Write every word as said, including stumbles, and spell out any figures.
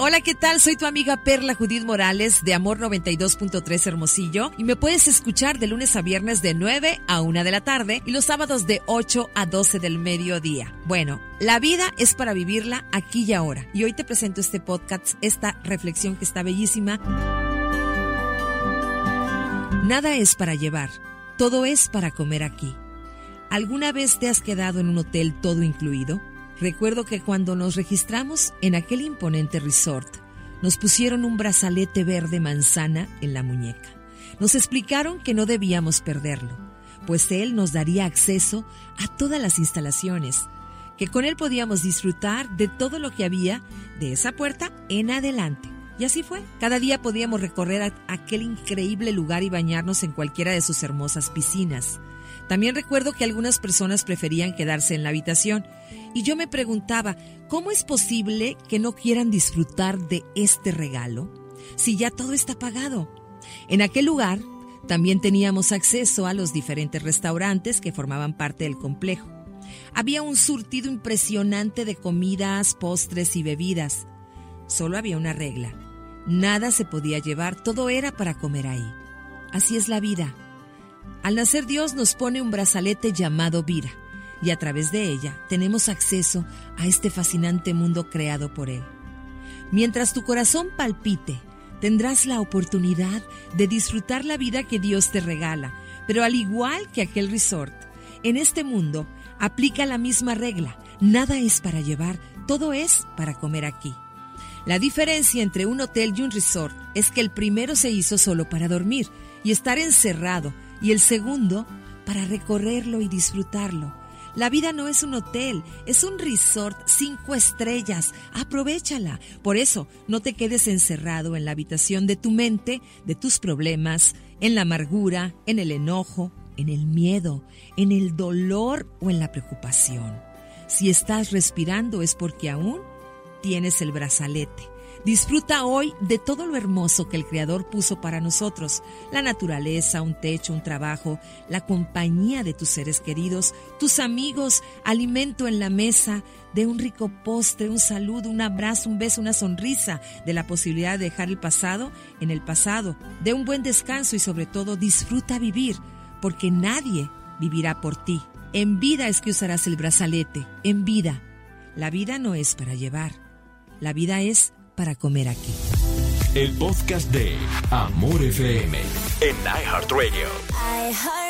Hola, ¿qué tal? Soy tu amiga Perla Judith Morales de Amor noventa y dos punto tres Hermosillo y me puedes escuchar de lunes a viernes de nueve a una de la tarde y los sábados de ocho a doce del mediodía. Bueno, la vida es para vivirla aquí y ahora. Y hoy te presento este podcast, esta reflexión que está bellísima. Nada es para llevar, todo es para comer aquí. ¿Alguna vez te has quedado en un hotel todo incluido? Recuerdo que cuando nos registramos en aquel imponente resort, nos pusieron un brazalete verde manzana en la muñeca. Nos explicaron que no debíamos perderlo, pues él nos daría acceso a todas las instalaciones, que con él podíamos disfrutar de todo lo que había de esa puerta en adelante. Y así fue. Cada día podíamos recorrer a aquel increíble lugar y bañarnos en cualquiera de sus hermosas piscinas. También recuerdo que algunas personas preferían quedarse en la habitación y yo me preguntaba, ¿cómo es posible que no quieran disfrutar de este regalo si ya todo está pagado? En aquel lugar también teníamos acceso a los diferentes restaurantes que formaban parte del complejo. Había un surtido impresionante de comidas, postres y bebidas. Solo había una regla: nada se podía llevar, todo era para comer ahí. Así es la vida. Al nacer Dios nos pone un brazalete llamado vida y a través de ella tenemos acceso a este fascinante mundo creado por Él. Mientras tu corazón palpite, tendrás la oportunidad de disfrutar la vida que Dios te regala, pero al igual que aquel resort, en este mundo aplica la misma regla: nada es para llevar, todo es para comer aquí. La diferencia entre un hotel y un resort es que el primero se hizo solo para dormir y estar encerrado, y el segundo para recorrerlo y disfrutarlo. La vida no es un hotel, es un resort cinco estrellas. Aprovéchala. Por eso, no te quedes encerrado en la habitación de tu mente, de tus problemas, en la amargura, en el enojo, en el miedo, en el dolor o en la preocupación. Si estás respirando es porque aún tienes el brazalete. Disfruta hoy de todo lo hermoso que el Creador puso para nosotros: la naturaleza, un techo, un trabajo, la compañía de tus seres queridos, tus amigos, alimento en la mesa, de un rico postre, un saludo, un abrazo, un beso, una sonrisa, de la posibilidad de dejar el pasado en el pasado, de un buen descanso y sobre todo disfruta vivir, porque nadie vivirá por ti. En vida es que usarás el brazalete, en vida. La vida no es para llevar, la vida es para comer aquí. El podcast de Amor F M en iHeartRadio.